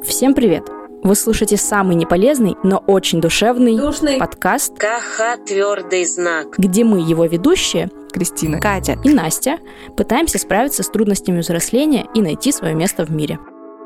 Всем привет! Вы слушаете самый неполезный, но очень душевный подкаст КХ «Твердый знак», где мы, его ведущие, Кристина, Катя и Настя, пытаемся справиться с трудностями взросления и найти свое место в мире.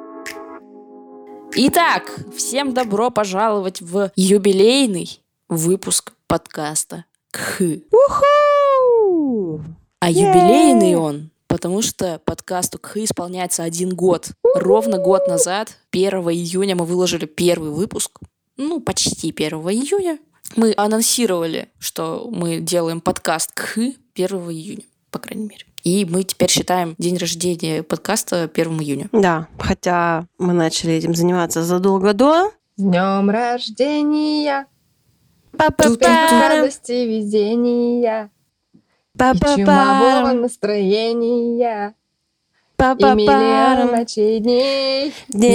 Итак, всем добро пожаловать в юбилейный выпуск подкаста КХ. Уху! А юбилейный он, потому что подкасту КХ исполняется 1 год. Ровно год назад, 1 июня, мы выложили первый выпуск. Почти 1 июня. Мы анонсировали, что мы делаем подкаст КХ 1 июня, по крайней мере. И мы теперь считаем день рождения подкаста 1 июня. Да, хотя мы начали этим заниматься задолго до. С днем рождения! Па-па-па. Радости, везения и чумового настроения. И миллион ночей дней.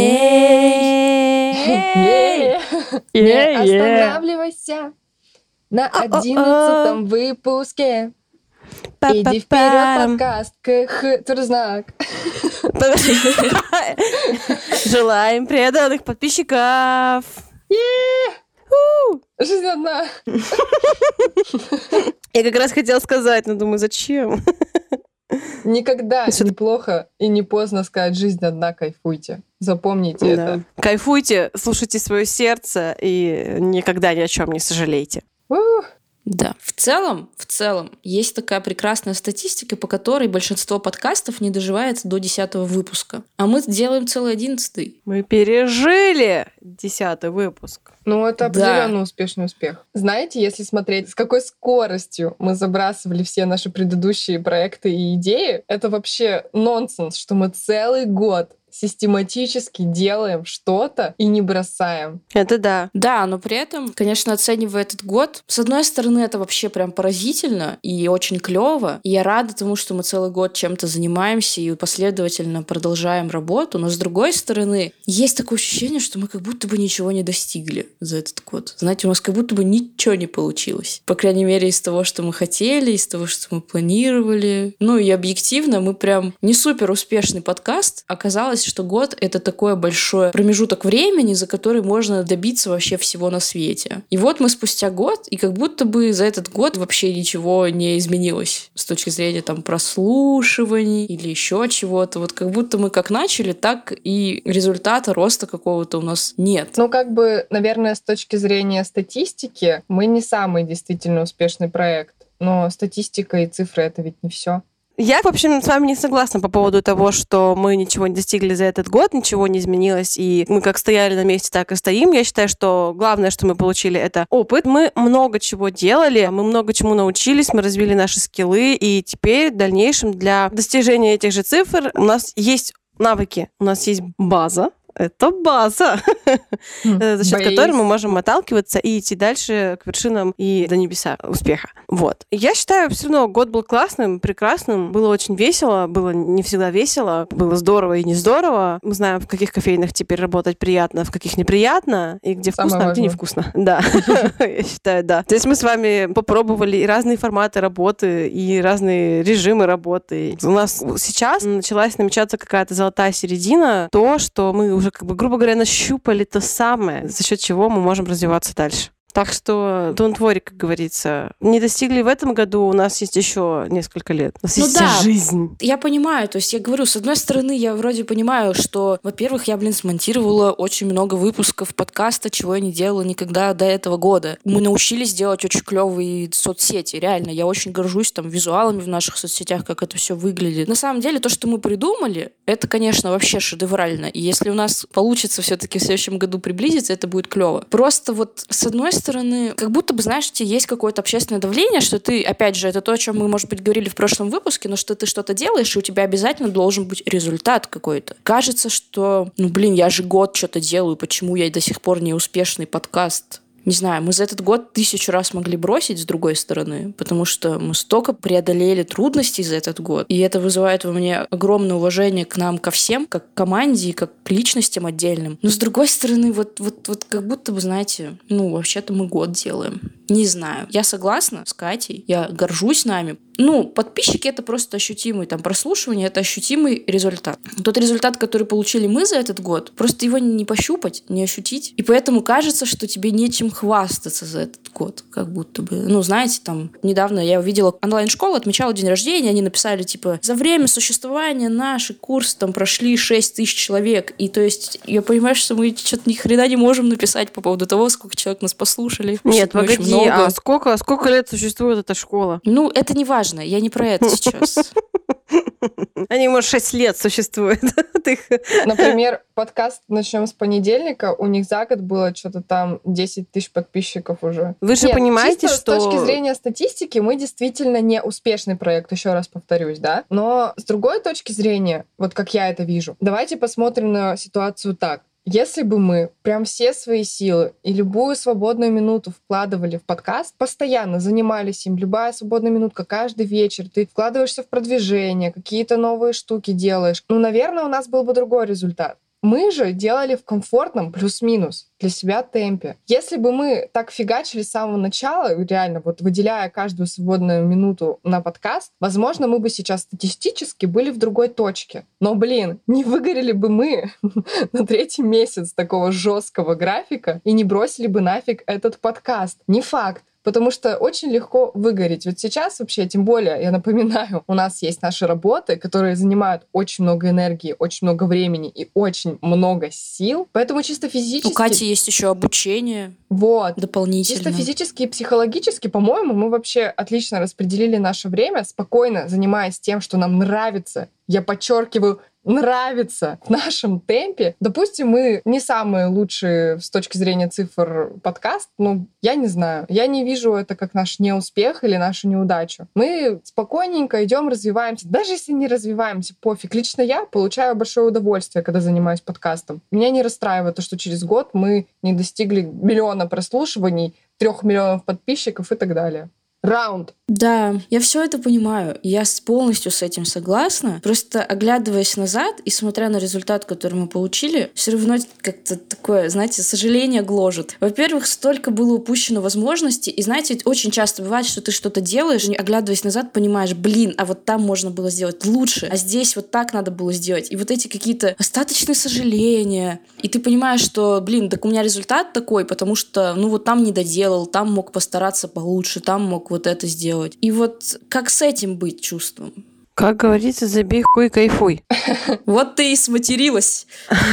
Не останавливайся на 11 выпуске. Иди вперед, подкаст КХ «Твердый знак». Желаем преданных подписчиков. Жизнь одна. Я как раз хотела сказать, но думаю, зачем? Никогда неплохо и не поздно сказать «жизнь одна, кайфуйте». Запомните это. Кайфуйте, слушайте свое сердце и никогда ни о чем не сожалейте. Да, в целом, есть такая прекрасная статистика, по которой большинство подкастов не доживается до 10-го выпуска. А мы делаем целый 11-й. Мы пережили 10-й выпуск. Это определенно успешный успех. Знаете, если смотреть, с какой скоростью мы забрасывали все наши предыдущие проекты и идеи, это вообще нонсенс, что мы целый год систематически делаем что-то и не бросаем. Это да. Да, но при этом, конечно, оценивая этот год, с одной стороны, это вообще прям поразительно и очень клево. И я рада тому, что мы целый год чем-то занимаемся и последовательно продолжаем работу. Но с другой стороны, есть такое ощущение, что мы как будто бы ничего не достигли за этот год. Знаете, у нас как будто бы ничего не получилось. По крайней мере, из того, что мы хотели, из того, что мы планировали. И объективно, мы прям не супер успешный подкаст. Оказалось, что год — это такой большой промежуток времени, за который можно добиться вообще всего на свете. И вот мы спустя год, и как будто бы за этот год вообще ничего не изменилось с точки зрения прослушиваний или еще чего-то. Вот как будто мы как начали, так и результата роста какого-то у нас нет. Наверное, с точки зрения статистики, мы не самый действительно успешный проект. Но статистика и цифры — это ведь не все. Я, в общем, с вами не согласна по поводу того, что мы ничего не достигли за этот год, ничего не изменилось, и мы как стояли на месте, так и стоим. Я считаю, что главное, что мы получили, это опыт. Мы много чего делали, мы много чему научились, мы развили наши скиллы, и теперь в дальнейшем для достижения этих же цифр у нас есть навыки, у нас есть база. Это база, за счет которой мы можем отталкиваться и идти дальше к вершинам и до небеса успеха. Вот. Я считаю, все равно год был классным, прекрасным. Было очень весело, было не всегда весело, было здорово и не здорово. Мы знаем, в каких кофейнях теперь работать приятно, в каких неприятно, и где вкусно, а где невкусно. Да, я считаю, да. То есть мы с вами попробовали и разные форматы работы, и разные режимы работы. У нас сейчас началась намечаться какая-то золотая середина, то, что мы уже, грубо говоря, нащупали то самое, за счет чего мы можем развиваться дальше. Так что don't worry, как говорится. Не достигли в этом году, у нас есть еще несколько лет. У нас есть вся жизнь. Я понимаю, то есть я говорю, с одной стороны, я вроде понимаю, что, во-первых, я, смонтировала очень много выпусков подкаста, чего я не делала никогда до этого года. Мы научились делать очень клевые соцсети, реально. Я очень горжусь визуалами в наших соцсетях, как это все выглядит. На самом деле, то, что мы придумали, это, конечно, вообще шедеврально. И если у нас получится все-таки в следующем году приблизиться, это будет клево. Просто с одной стороны, как будто бы, знаешь, есть какое-то общественное давление, что ты, опять же, это то, о чем мы, может быть, говорили в прошлом выпуске, но что ты что-то делаешь, и у тебя обязательно должен быть результат какой-то. Кажется, что, я же год что-то делаю, почему я до сих пор не успешный подкаст? Не знаю, мы за этот год 1000 раз могли бросить, с другой стороны, потому что мы столько преодолели трудностей за этот год, и это вызывает во мне огромное уважение к нам, ко всем, как к команде и как к личностям отдельным. Но с другой стороны, вот как будто бы, знаете, вообще-то мы год делаем. Не знаю. Я согласна с Катей, я горжусь нами. Подписчики — это просто ощутимый, прослушивание — это ощутимый результат. Тот результат, который получили мы за этот год, просто его не пощупать, не ощутить. И поэтому кажется, что тебе нечем хвастаться за этот год, как будто бы. Знаете, недавно я увидела онлайн-школу, отмечала день рождения, они написали, за время существования наши курсы прошли 6000 человек. И то есть я понимаю, что мы что-то ни хрена не можем написать по поводу того, сколько человек нас послушали. Нет, погоди, а сколько лет существует эта школа? Это не важно, я не про это сейчас. Они, может, 6 лет существуют. Например, подкаст «Начнем с понедельника», у них за год было что-то 10 000 подписчиков уже. Вы же понимаете, что... С точки зрения статистики мы действительно не успешный проект, еще раз повторюсь, да? Но с другой точки зрения, вот как я это вижу, давайте посмотрим на ситуацию так. Если бы мы прям все свои силы и любую свободную минуту вкладывали в подкаст, постоянно занимались им, любая свободная минутка, каждый вечер, ты вкладываешься в продвижение, какие-то новые штуки делаешь, наверное, у нас был бы другой результат. Мы же делали в комфортном плюс-минус для себя темпе. Если бы мы так фигачили с самого начала, реально выделяя каждую свободную минуту на подкаст, возможно, мы бы сейчас статистически были в другой точке. Но, не выгорели бы мы на 3-й месяц такого жесткого графика и не бросили бы нафиг этот подкаст. Не факт. Потому что очень легко выгореть. Вот сейчас вообще, тем более, я напоминаю, у нас есть наши работы, которые занимают очень много энергии, очень много времени и очень много сил. Поэтому чисто физически... У Кати есть еще обучение дополнительно. Чисто физически и психологически, по-моему, мы вообще отлично распределили наше время, спокойно занимаясь тем, что нам нравится. Я подчеркиваю, нравится в нашем темпе. Допустим, мы не самые лучшие с точки зрения цифр подкаст, я не знаю. Я не вижу это как наш неуспех или нашу неудачу. Мы спокойненько идем, развиваемся. Даже если не развиваемся, пофиг. Лично я получаю большое удовольствие, когда занимаюсь подкастом. Меня не расстраивает то, что через год мы не достигли 1 миллиона прослушиваний, 3 миллионов подписчиков и так далее. Раунд. Да, я все это понимаю. Я полностью с этим согласна. Просто оглядываясь назад и смотря на результат, который мы получили, все равно как-то такое, знаете, сожаление гложет. Во-первых, столько было упущено возможностей. И, знаете, очень часто бывает, что ты что-то делаешь, и, оглядываясь назад, понимаешь, а вот там можно было сделать лучше, а здесь вот так надо было сделать. И вот эти какие-то остаточные сожаления. И ты понимаешь, что, так у меня результат такой, потому что, там не доделал, там мог постараться получше, там мог вот это сделать. И как с этим быть чувством? Как говорится, забей хуй, кайфуй. Вот ты и сматерилась.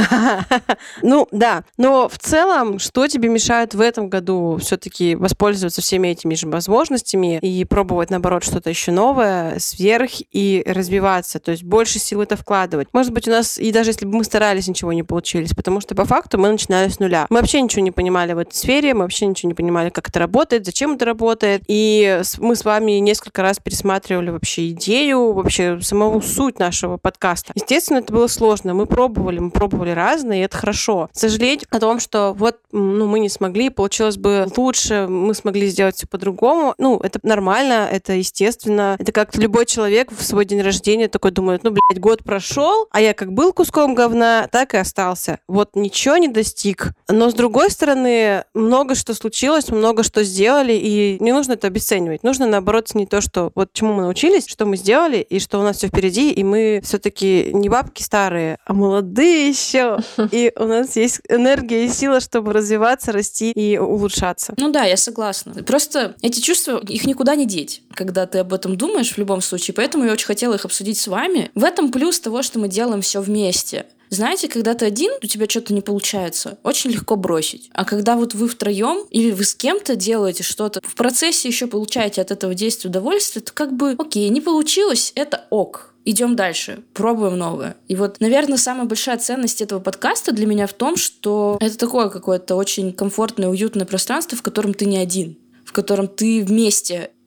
Да. Но в целом, что тебе мешает в этом году все-таки воспользоваться всеми этими же возможностями и пробовать, наоборот, что-то еще новое, сверх и развиваться? То есть больше сил это вкладывать. Может быть, у нас, и даже если бы мы старались, ничего не получилось, потому что по факту мы начинали с нуля. Мы вообще ничего не понимали в этой сфере, мы вообще ничего не понимали, как это работает, зачем это работает. И мы с вами несколько раз пересматривали вообще идею, вообще саму суть нашего подкаста. Естественно, это было сложно. Мы пробовали разные, и это хорошо. Сожалеть о том, что мы не смогли, получилось бы лучше, мы смогли сделать все по-другому. Это нормально, это естественно. Это как любой человек в свой день рождения такой думает, год прошел, а я как был куском говна, так и остался. Ничего не достиг. Но с другой стороны, много что случилось, много что сделали, и не нужно это обесценивать. Нужно, наоборот, ценить то, что чему мы научились, что мы сделали, и что у нас все впереди, и мы все-таки не бабки старые, а молодые еще. И у нас есть энергия и сила, чтобы развиваться, расти и улучшаться. Да, я согласна. Просто эти чувства, их никуда не деть, когда ты об этом думаешь в любом случае. Поэтому я очень хотела их обсудить с вами. В этом плюс того, что мы делаем все вместе. Знаете, когда ты один, у тебя что-то не получается, очень легко бросить. А когда вы втроем или вы с кем-то делаете что-то, в процессе еще получаете от этого действия удовольствие, то окей, не получилось, это ок. Идем дальше, пробуем новое. И наверное, самая большая ценность этого подкаста для меня в том, что это такое какое-то очень комфортное, уютное пространство, в котором ты не один, в котором ты вместе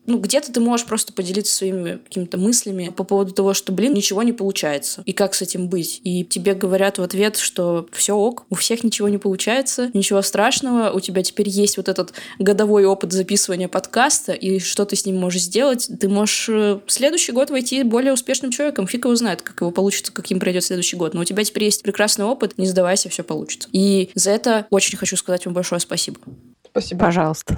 где-то ты можешь просто поделиться своими какими-то мыслями по поводу того, что, ничего не получается. И как с этим быть? И тебе говорят в ответ, что все ок, у всех ничего не получается, ничего страшного, у тебя теперь есть вот этот годовой опыт записывания подкаста, и что ты с ним можешь сделать? Ты можешь в следующий год войти более успешным человеком. Фиг его знает, как его получится, каким пройдет следующий год. Но у тебя теперь есть прекрасный опыт, не сдавайся, все получится. И за это очень хочу сказать вам большое спасибо. Спасибо. Пожалуйста.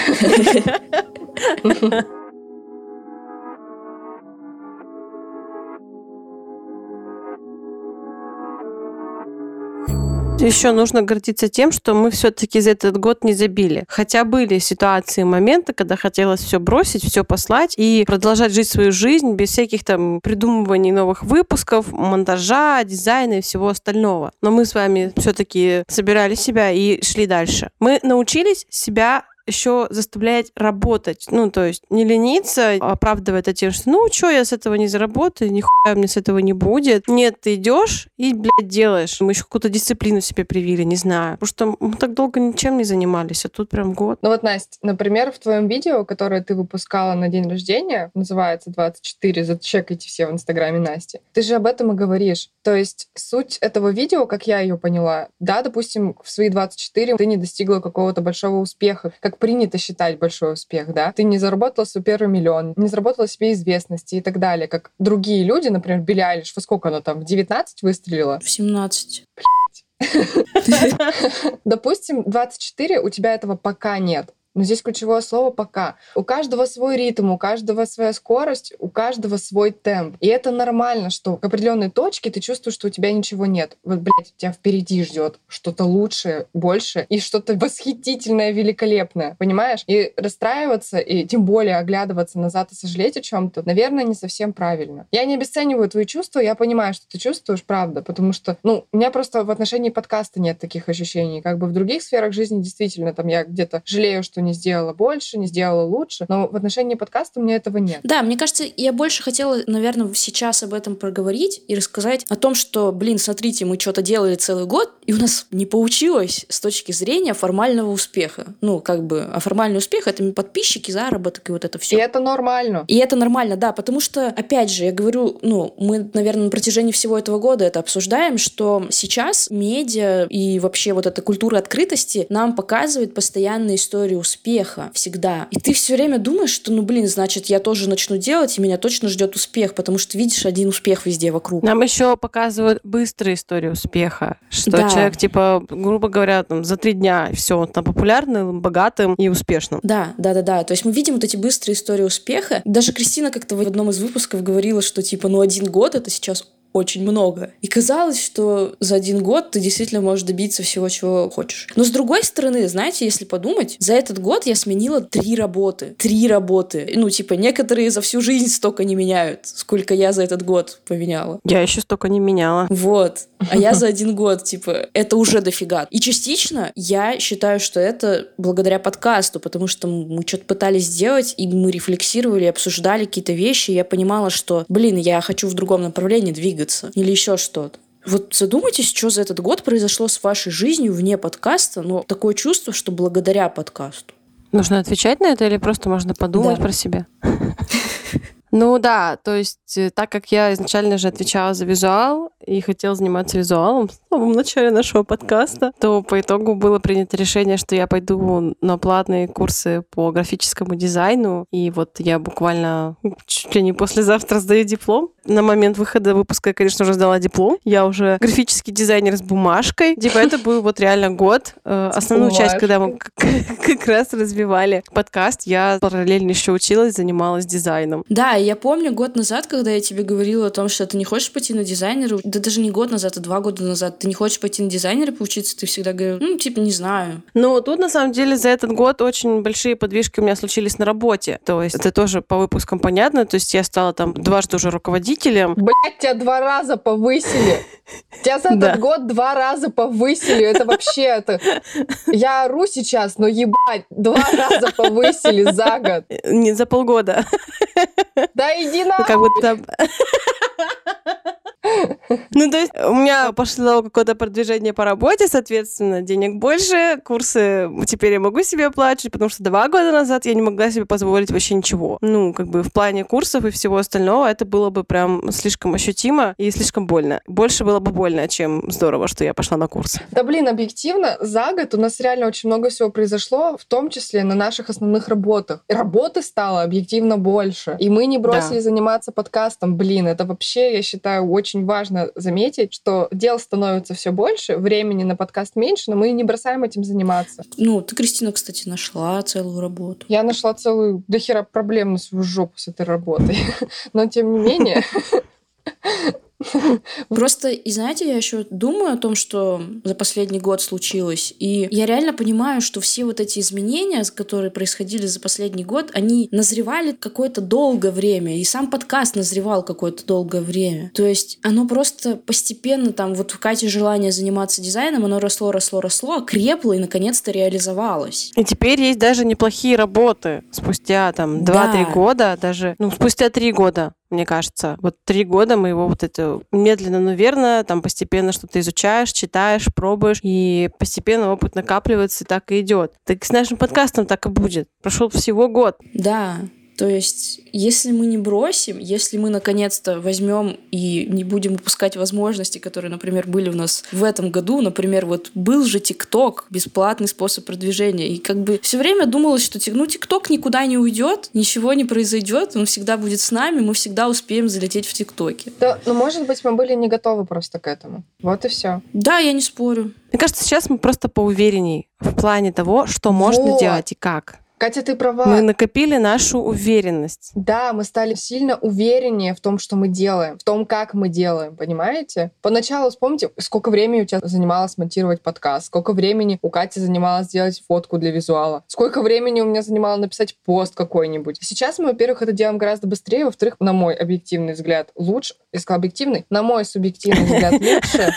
Еще нужно гордиться тем, что мы все-таки за этот год не забили. Хотя были ситуации, моменты, когда хотелось все бросить, все послать и продолжать жить свою жизнь без всяких там придумываний новых выпусков, монтажа, дизайна и всего остального. Но мы с вами все-таки собирали себя и шли дальше. Мы научились себя еще заставлять работать. То есть не лениться, оправдывая это тем, что что я с этого не заработаю, нихуя мне с этого не будет. Нет, ты идешь и, делаешь. Мы еще какую-то дисциплину себе привили, не знаю. Потому что мы так долго ничем не занимались, а тут прям год. Настя, например, в твоем видео, которое ты выпускала на день рождения, называется 24, зачекайте все в инстаграме Насти, ты же об этом и говоришь. То есть суть этого видео, как я ее поняла, допустим, в свои 24 ты не достигла какого-то большого успеха, как принято считать большой успех, да? Ты не заработала свой первый миллион, не заработала себе известности и так далее, как другие люди, например, Билли Айлиш, во сколько она там, в 19 выстрелила? В 17. Допустим, 24 у тебя этого пока нет. Но здесь ключевое слово «пока». У каждого свой ритм, у каждого своя скорость, у каждого свой темп. И это нормально, что к определенной точке ты чувствуешь, что у тебя ничего нет. Вот, тебя впереди ждет что-то лучшее, больше, и что-то восхитительное, великолепное. Понимаешь? И расстраиваться, и тем более оглядываться назад и сожалеть о чем-то, наверное, не совсем правильно. Я не обесцениваю твои чувства, я понимаю, что ты чувствуешь, правда, потому что, у меня просто в отношении подкаста нет таких ощущений. Как бы в других сферах жизни действительно, там я где-то жалею, что не сделала больше, не сделала лучше, но в отношении подкаста у меня этого нет. Да, мне кажется, я больше хотела, наверное, сейчас об этом проговорить и рассказать о том, что, смотрите, мы что-то делали целый год, и у нас не получилось с точки зрения формального успеха. А формальный успех — это подписчики, заработок и вот это все. И это нормально. И это нормально, да, потому что, опять же, я говорю, мы, наверное, на протяжении всего этого года это обсуждаем, что сейчас медиа и вообще вот эта культура открытости нам показывает постоянные истории успеха всегда. И ты все время думаешь, что, значит, я тоже начну делать, и меня точно ждет успех, потому что видишь один успех везде вокруг. Нам еще показывают быстрые истории успеха, что человек, грубо говоря, за 3 дня все, он там популярным, богатым и успешным. Да. То есть мы видим вот эти быстрые истории успеха. Даже Кристина как-то в одном из выпусков говорила, что 1 год — это сейчас очень много. И казалось, что за 1 год ты действительно можешь добиться всего, чего хочешь. Но с другой стороны, знаете, если подумать, за этот год я сменила 3 работы. 3 работы. Некоторые за всю жизнь столько не меняют, сколько я за этот год поменяла. Я еще столько не меняла. Вот. А я за 1 год, это уже дофига. И частично я считаю, что это благодаря подкасту, потому что мы что-то пытались сделать, и мы рефлексировали, обсуждали какие-то вещи, и я понимала, что, я хочу в другом направлении двигаться. Или еще что-то. Вот задумайтесь, что за этот год произошло с вашей жизнью вне подкаста, но такое чувство, что благодаря подкасту. Нужно отвечать на это или просто можно подумать про себя? То есть, так как я изначально же отвечала за визуал и хотела заниматься визуалом в самом начале нашего подкаста, то по итогу было принято решение, что я пойду на платные курсы по графическому дизайну. И вот я буквально чуть ли не послезавтра сдаю диплом. На момент выхода выпуска я, конечно, уже сдала диплом. Я уже графический дизайнер с бумажкой. Это был реально год. Основную часть, когда мы как раз развивали подкаст, я параллельно еще училась, занималась дизайном. Да, я помню год назад, когда я тебе говорила о том, что ты не хочешь пойти на дизайнера, да даже не год назад, а 2 года назад, ты не хочешь пойти на дизайнера поучиться, ты всегда говорил, не знаю. Но тут, на самом деле, за этот год очень большие подвижки у меня случились на работе. То есть это тоже по выпускам понятно. То есть я стала там 2 уже руководителем. Тебя 2 раза повысили. Тебя за этот год 2 раза повысили. Это вообще... Я ору сейчас, но 2 раза повысили за год. Не за полгода. Да иди на... Ну, то есть у меня пошло какое-то продвижение по работе, соответственно, денег больше, курсы теперь я могу себе оплачивать, потому что 2 года назад я не могла себе позволить вообще ничего. Ну, как бы в плане курсов и всего остального это было бы прям слишком ощутимо и слишком больно. Больше было бы больно, чем здорово, что я пошла на курсы. Да блин, объективно, за год у нас реально очень много всего произошло, в том числе на наших основных работах. И работы стало объективно больше. И мы не бросили заниматься подкастом. Блин, это вообще, я считаю, очень важно заметить, что дел становится все больше, времени на подкаст меньше, но мы не бросаем этим заниматься. Ну, ты, Кристина, кстати, нашла целую работу. Я нашла целую дохера проблем на свою жопу с этой работой. Но тем не менее... Просто, и знаете, я еще думаю о том, что за последний год случилось, и я реально понимаю, что все вот эти изменения, которые происходили за последний год, они назревали какое-то долгое время, и сам подкаст назревал какое-то долгое время. То есть оно просто постепенно, там, вот в Кате желание заниматься дизайном, оно росло, окрепло и наконец-то реализовалось. И теперь есть даже неплохие работы спустя там 2-3 года, даже, спустя 3 года. Мне кажется, вот 3 года мы его вот это медленно, но верно, там постепенно что-то изучаешь, читаешь, пробуешь, и постепенно опыт накапливается, и так и идет. Так с нашим подкастом так и будет. Прошел всего год. Да. То есть, если мы не бросим, если мы наконец-то возьмем и не будем упускать возможности, которые, например, были у нас в этом году, например, вот был же ТикТок, бесплатный способ продвижения, и как бы все время думалось, что ТикТок никуда не уйдет, ничего не произойдет, он всегда будет с нами, мы всегда успеем залететь в ТикТоке. Да, может быть, мы были не готовы просто к этому. Вот и все. Да, я не спорю. Мне кажется, сейчас мы просто поуверенней в плане того, что можно делать и как. Катя, ты права. Мы накопили нашу уверенность. Да, мы стали сильно увереннее в том, что мы делаем, в том, как мы делаем, понимаете? Поначалу вспомните, сколько времени у тебя занималось монтировать подкаст, сколько времени у Кати занималось сделать фотку для визуала, сколько времени у меня занимало написать пост какой-нибудь. Сейчас мы, во-первых, это делаем гораздо быстрее, во-вторых, на мой объективный взгляд, лучше. Я сказала объективный, на мой субъективный взгляд лучше.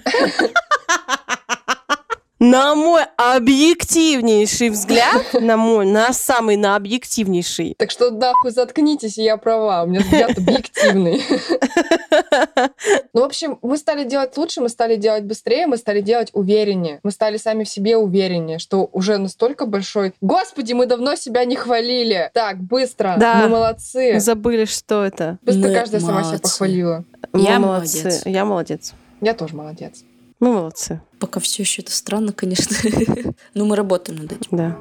На мой объективнейший взгляд, на самый объективнейший. Так что нахуй заткнитесь, и я права. У меня взгляд объективный. Ну, в общем, мы стали делать лучше, мы стали делать быстрее, мы стали делать увереннее. Мы стали сами в себе увереннее, что уже настолько большой... Господи, мы давно себя не хвалили. Так, быстро. Да. Мы молодцы. Мы забыли, что это. Быстро Мы каждая сама себя молодцы. похвалила. Я молодцы. молодец. Я молодец. Я тоже молодец. Мы молодцы. Пока все еще это странно, конечно. Но мы работаем над этим. Да.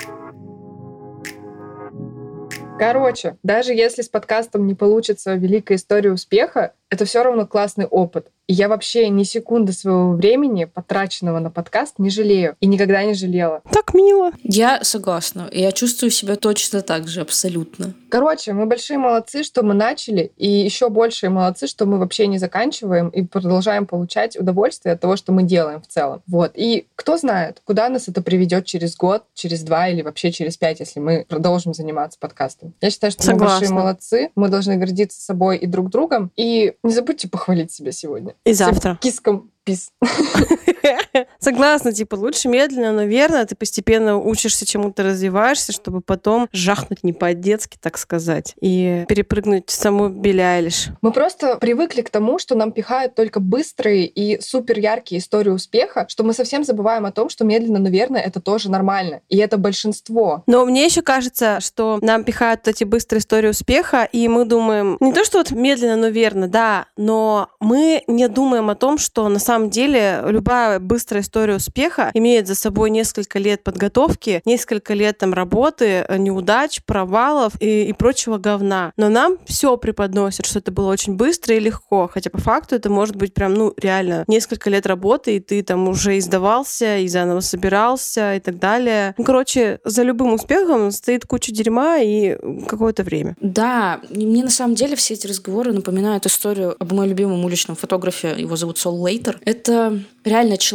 Короче, даже если с подкастом не получится великая история успеха, это все равно классный опыт. И я вообще ни секунды своего времени, потраченного на подкаст, не жалею. И никогда не жалела. Так мило. Я согласна. Я чувствую себя точно так же, абсолютно. Короче, мы большие молодцы, что мы начали, и еще большие молодцы, что мы вообще не заканчиваем и продолжаем получать удовольствие от того, что мы делаем в целом. Вот. И кто знает, куда нас это приведет через год, через 2 или вообще через 5, если мы продолжим заниматься подкастом. Я считаю, что мы большие молодцы, мы должны гордиться собой и друг другом. И не забудьте похвалить себя сегодня. И завтра. Киском пис. Согласна, лучше медленно, но верно. Ты постепенно учишься чему-то, развиваешься, чтобы потом жахнуть не по-детски, так сказать, и перепрыгнуть саму Билли Айлиш. Мы просто привыкли к тому, что нам пихают только быстрые и супер яркие истории успеха, что мы совсем забываем о том, что медленно, но верно это тоже нормально. И это большинство. Но мне еще кажется, что нам пихают эти быстрые истории успеха, и мы думаем, не то, что вот медленно, но верно, да, но мы не думаем о том, что на самом деле любая быстрая история успеха имеет за собой несколько лет подготовки, несколько лет работы, неудач, провалов и прочего говна. Но нам все преподносят, что это было очень быстро и легко, хотя по факту это может быть прям, реально несколько лет работы, и ты там уже издавался, и заново собирался, и так далее. Короче, за любым успехом стоит куча дерьма и какое-то время. Да, и мне на самом деле все эти разговоры напоминают историю об моем любимом уличном фотографе, его зовут Сол Лейтер. Это реально человек,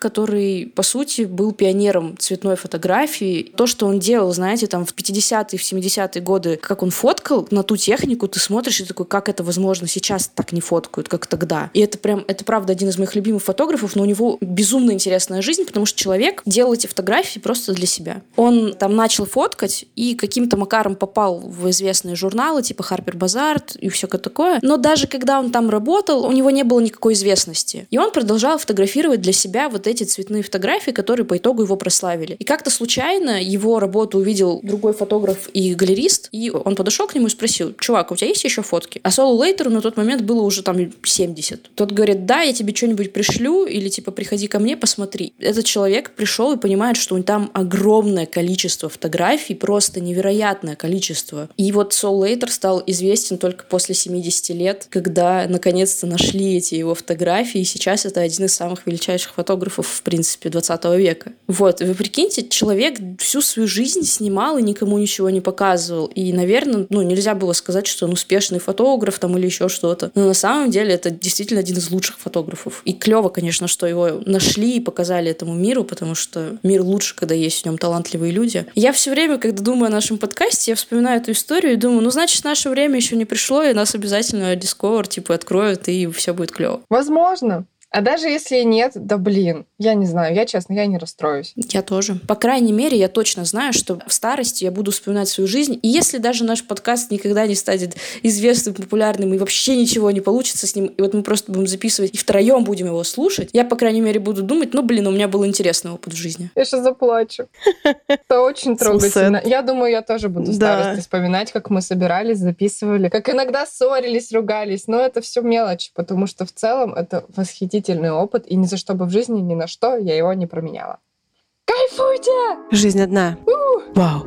который, по сути, был пионером цветной фотографии. То, что он делал, знаете, там в 50-е, в 70-е годы, как он фоткал на ту технику, ты смотришь и такой, как это возможно, сейчас так не фоткают, как тогда. И это правда один из моих любимых фотографов, но у него безумно интересная жизнь, потому что человек делал эти фотографии просто для себя. Он там начал фоткать и каким-то макаром попал в известные журналы, типа Harper Bazaar и все такое. Но даже когда он там работал, у него не было никакой известности. И он продолжал фотографировать для себя вот эти цветные фотографии, которые по итогу его прославили. И как-то случайно его работу увидел другой фотограф и галерист, и он подошел к нему и спросил: чувак, у тебя есть еще фотки? А Солу Лейтеру на тот момент было уже там 70. Тот говорит: да, я тебе что-нибудь пришлю, или типа приходи ко мне, посмотри. Этот человек пришел и понимает, что там огромное количество фотографий, просто невероятное количество. И вот Сол Лейтер стал известен только после 70 лет, когда наконец-то нашли эти его фотографии, и сейчас это один из самых величайших фотографов, в принципе, 20 века. Вот, вы прикиньте, человек всю свою жизнь снимал и никому ничего не показывал. И, наверное, нельзя было сказать, что он успешный фотограф там или еще что-то. Но на самом деле это действительно один из лучших фотографов. И клево, конечно, что его нашли и показали этому миру, потому что мир лучше, когда есть в нем талантливые люди. Я все время, когда думаю о нашем подкасте, я вспоминаю эту историю и думаю, значит, наше время еще не пришло, и нас обязательно Discover откроют, и все будет клево. Возможно. А даже если и нет, да блин, я не знаю, я не расстроюсь. Я тоже. По крайней мере, я точно знаю, что в старости я буду вспоминать свою жизнь. И если даже наш подкаст никогда не станет известным, популярным, и вообще ничего не получится с ним, и вот мы просто будем записывать и втроем будем его слушать, я, по крайней мере, буду думать, у меня был интересный опыт в жизни. Я сейчас заплачу. Это очень трогательно. Я думаю, я тоже буду в старости вспоминать, как мы собирались, записывали, как иногда ссорились, ругались, но это все мелочь, потому что в целом это восхитительный опыт, и ни за что бы в жизни, ни на что я его не променяла. Кайфуйте! Жизнь одна. Вау.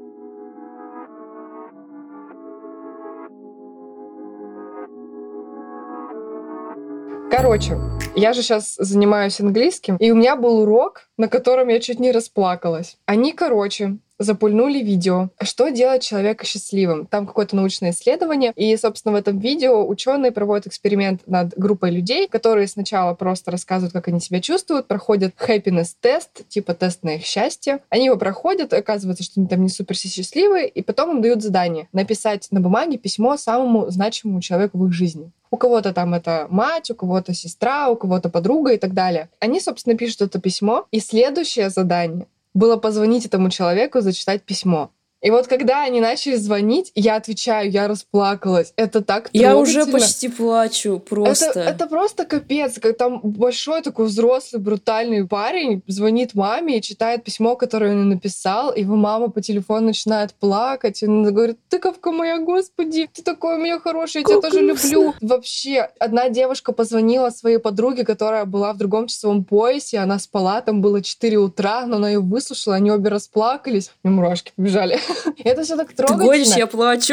Короче, я же сейчас занимаюсь английским, и у меня был урок, на котором я чуть не расплакалась. Они, запульнули видео, что делает человека счастливым. Там какое-то научное исследование, и, собственно, в этом видео ученые проводят эксперимент над группой людей, которые сначала просто рассказывают, как они себя чувствуют, проходят happiness-тест, типа тест на их счастье. Они его проходят, оказывается, что они там не супер счастливые, и потом им дают задание написать на бумаге письмо самому значимому человеку в их жизни. У кого-то там это мать, у кого-то сестра, у кого-то подруга и так далее. Они, собственно, пишут это письмо, и следующее задание было позвонить этому человеку, зачитать письмо. И вот когда они начали звонить, я отвечаю, я расплакалась. Это так трогательно. Я уже почти плачу, просто. Это просто капец. Как там большой такой взрослый, брутальный парень звонит маме и читает письмо, которое он написал, и его мама по телефону начинает плакать. И она говорит: тыковка моя, господи, ты такой у меня хороший, я тебя тоже люблю. Вообще, одна девушка позвонила своей подруге, которая была в другом часовом поясе, она спала, там было 4 утра, но она ее выслушала, они обе расплакались. Мне мурашки побежали. Это все так трогательно. Ты гонишь, я плачу.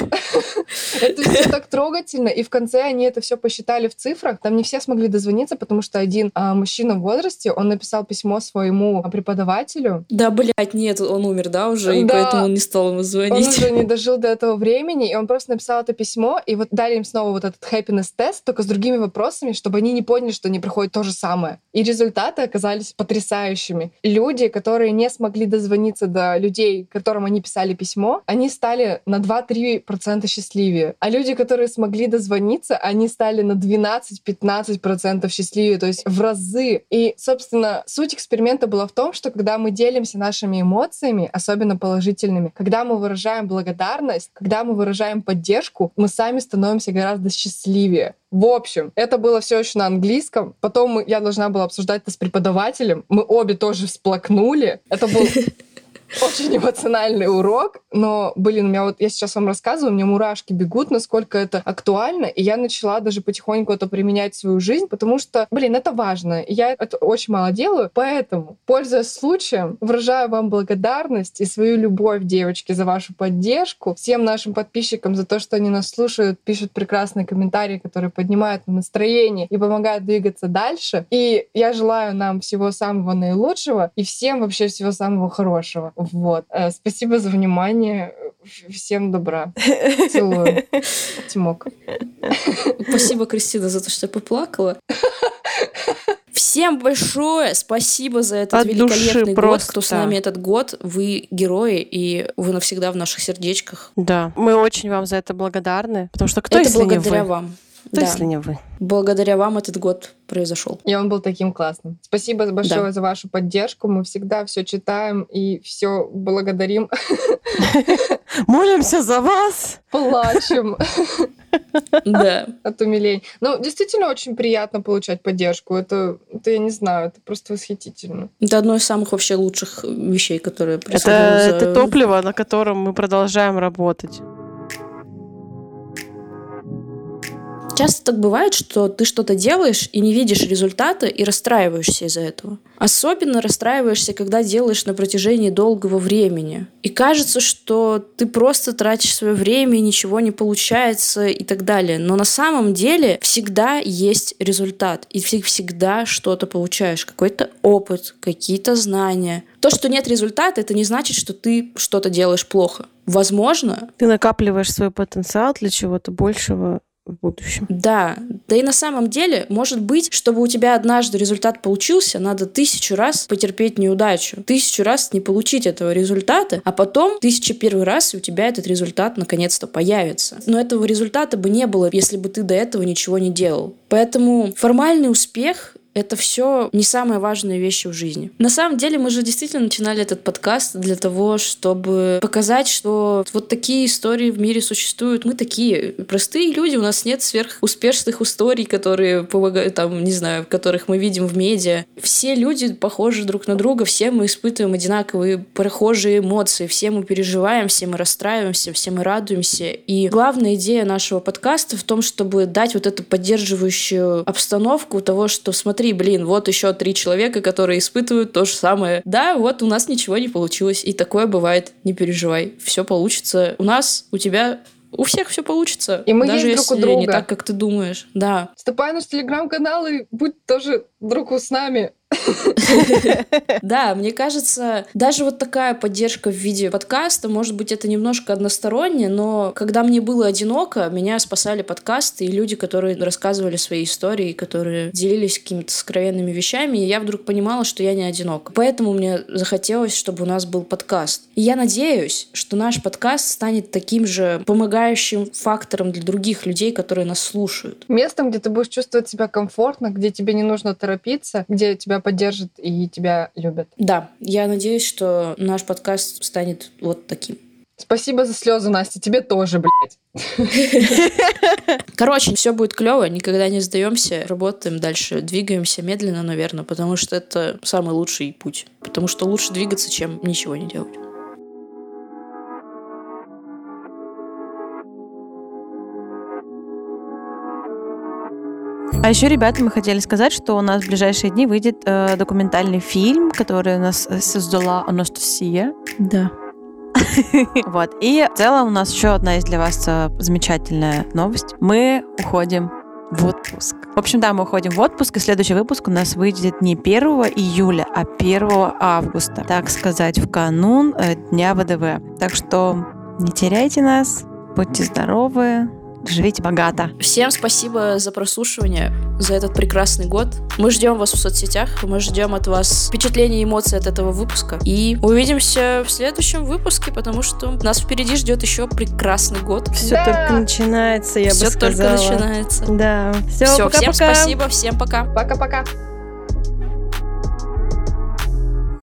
Это все так трогательно. И в конце они это все посчитали в цифрах. Там не все смогли дозвониться, потому что один мужчина в возрасте, он написал письмо своему преподавателю. Да, блядь, нет, он умер, да, уже, и поэтому он не стал ему звонить. Он уже не дожил до этого времени, и он просто написал это письмо, и вот дали им снова вот этот happiness-тест, только с другими вопросами, чтобы они не поняли, что они проходят то же самое. И результаты оказались потрясающими. Люди, которые не смогли дозвониться до людей, которым они писали письмо, они стали на 2-3% счастливее. А люди, которые смогли дозвониться, они стали на 12-15% счастливее, то есть в разы. И, собственно, суть эксперимента была в том, что когда мы делимся нашими эмоциями, особенно положительными, когда мы выражаем благодарность, когда мы выражаем поддержку, мы сами становимся гораздо счастливее. В общем, это было все еще на английском. Потом я должна была обсуждать это с преподавателем. Мы обе тоже всплакнули. Это был очень эмоциональный урок, но, я сейчас вам рассказываю, у меня мурашки бегут, насколько это актуально, и я начала даже потихоньку это применять в свою жизнь, потому что, это важно, и я это очень мало делаю, поэтому, пользуясь случаем, выражаю вам благодарность и свою любовь, девочки, за вашу поддержку, всем нашим подписчикам за то, что они нас слушают, пишут прекрасные комментарии, которые поднимают настроение и помогают двигаться дальше, и я желаю нам всего самого наилучшего и всем вообще всего самого хорошего. Вот. Спасибо за внимание. Всем добра. Целую. Тимок. Спасибо, Кристина, за то, что я поплакала. Всем большое спасибо за этот От души великолепный год. просто. Кто с нами этот год, вы герои, и вы навсегда в наших сердечках. Да, мы очень вам за это благодарны, потому что кто, Это если не благодаря вы? вам. Кто, Да. если не вы? Благодаря вам этот год произошел. И он был таким классным. Спасибо большое за вашу поддержку. Мы всегда все читаем и все благодарим. Молимся за вас! Плачем Да. от умиления. Ну, действительно очень приятно получать поддержку. Это я не знаю, это просто восхитительно. Это одно из самых вообще лучших вещей, которые происходят. Это топливо, на котором мы продолжаем работать. Часто так бывает, что ты что-то делаешь и не видишь результата и расстраиваешься из-за этого. Особенно расстраиваешься, когда делаешь на протяжении долгого времени. И кажется, что ты просто тратишь свое время, и ничего не получается и так далее. Но на самом деле всегда есть результат. И ты всегда что-то получаешь. Какой-то опыт, какие-то знания. То, что нет результата, это не значит, что ты что-то делаешь плохо. Возможно... Ты накапливаешь свой потенциал для чего-то большего в будущем. Да. Да и на самом деле, может быть, чтобы у тебя однажды результат получился, надо 1000 раз потерпеть неудачу. 1000 раз не получить этого результата, а потом 1001 раз, и у тебя этот результат наконец-то появится. Но этого результата бы не было, если бы ты до этого ничего не делал. Поэтому формальный успех — это все не самые важные вещи в жизни. На самом деле мы же действительно начинали этот подкаст для того, чтобы показать, что вот такие истории в мире существуют. Мы такие простые люди, у нас нет сверхуспешных историй, которые помогают, там, не знаю, которых мы видим в медиа. Все люди похожи друг на друга, все мы испытываем одинаковые похожие эмоции, все мы переживаем, все мы расстраиваемся, все мы радуемся. И главная идея нашего подкаста в том, чтобы дать вот эту поддерживающую обстановку того, что смотри, вот еще 3 человека, которые испытывают то же самое. Да, вот у нас ничего не получилось, и такое бывает, не переживай, все получится. У нас, у тебя, у всех все получится. И мы даже есть друг у если друга. не так, как ты думаешь. Да. Вступай в наш телеграм-канал и будь тоже другу с нами. Да, мне кажется, даже вот такая поддержка в виде подкаста, может быть, это немножко односторонне, но когда мне было одиноко, меня спасали подкасты и люди, которые рассказывали свои истории, которые делились какими-то сокровенными вещами, и я вдруг понимала, что я не одинока. Поэтому мне захотелось, чтобы у нас был подкаст. И я надеюсь, что наш подкаст станет таким же помогающим фактором для других людей, которые нас слушают. Местом, где ты будешь чувствовать себя комфортно, где тебе не нужно торопиться, где тебя поддержат и тебя любят. Да, я надеюсь, что наш подкаст станет вот таким. Спасибо за слезы, Настя. Тебе тоже, блядь. Короче, все будет клево, никогда не сдаемся, работаем дальше, двигаемся медленно, наверное, потому что это самый лучший путь. Потому что лучше двигаться, чем ничего не делать. А еще, ребята, мы хотели сказать, что у нас в ближайшие дни выйдет документальный фильм, который у нас создала Анастасия. Да. Вот. И в целом у нас еще одна есть для вас замечательная новость. Мы уходим в отпуск. В общем, да, мы уходим в отпуск, и следующий выпуск у нас выйдет не 1 июля, а 1 августа. Так сказать, в канун Дня ВДВ. Так что не теряйте нас, будьте здоровы, живите богато. Всем спасибо за прослушивание, за этот прекрасный год. Мы ждем вас в соцсетях, мы ждем от вас впечатлений и эмоций от этого выпуска. И увидимся в следующем выпуске, потому что нас впереди ждет еще прекрасный год. Все только начинается, я бы сказала. Все только начинается. Да. Все, Все, пока-пока. всем спасибо, всем пока. Пока-пока.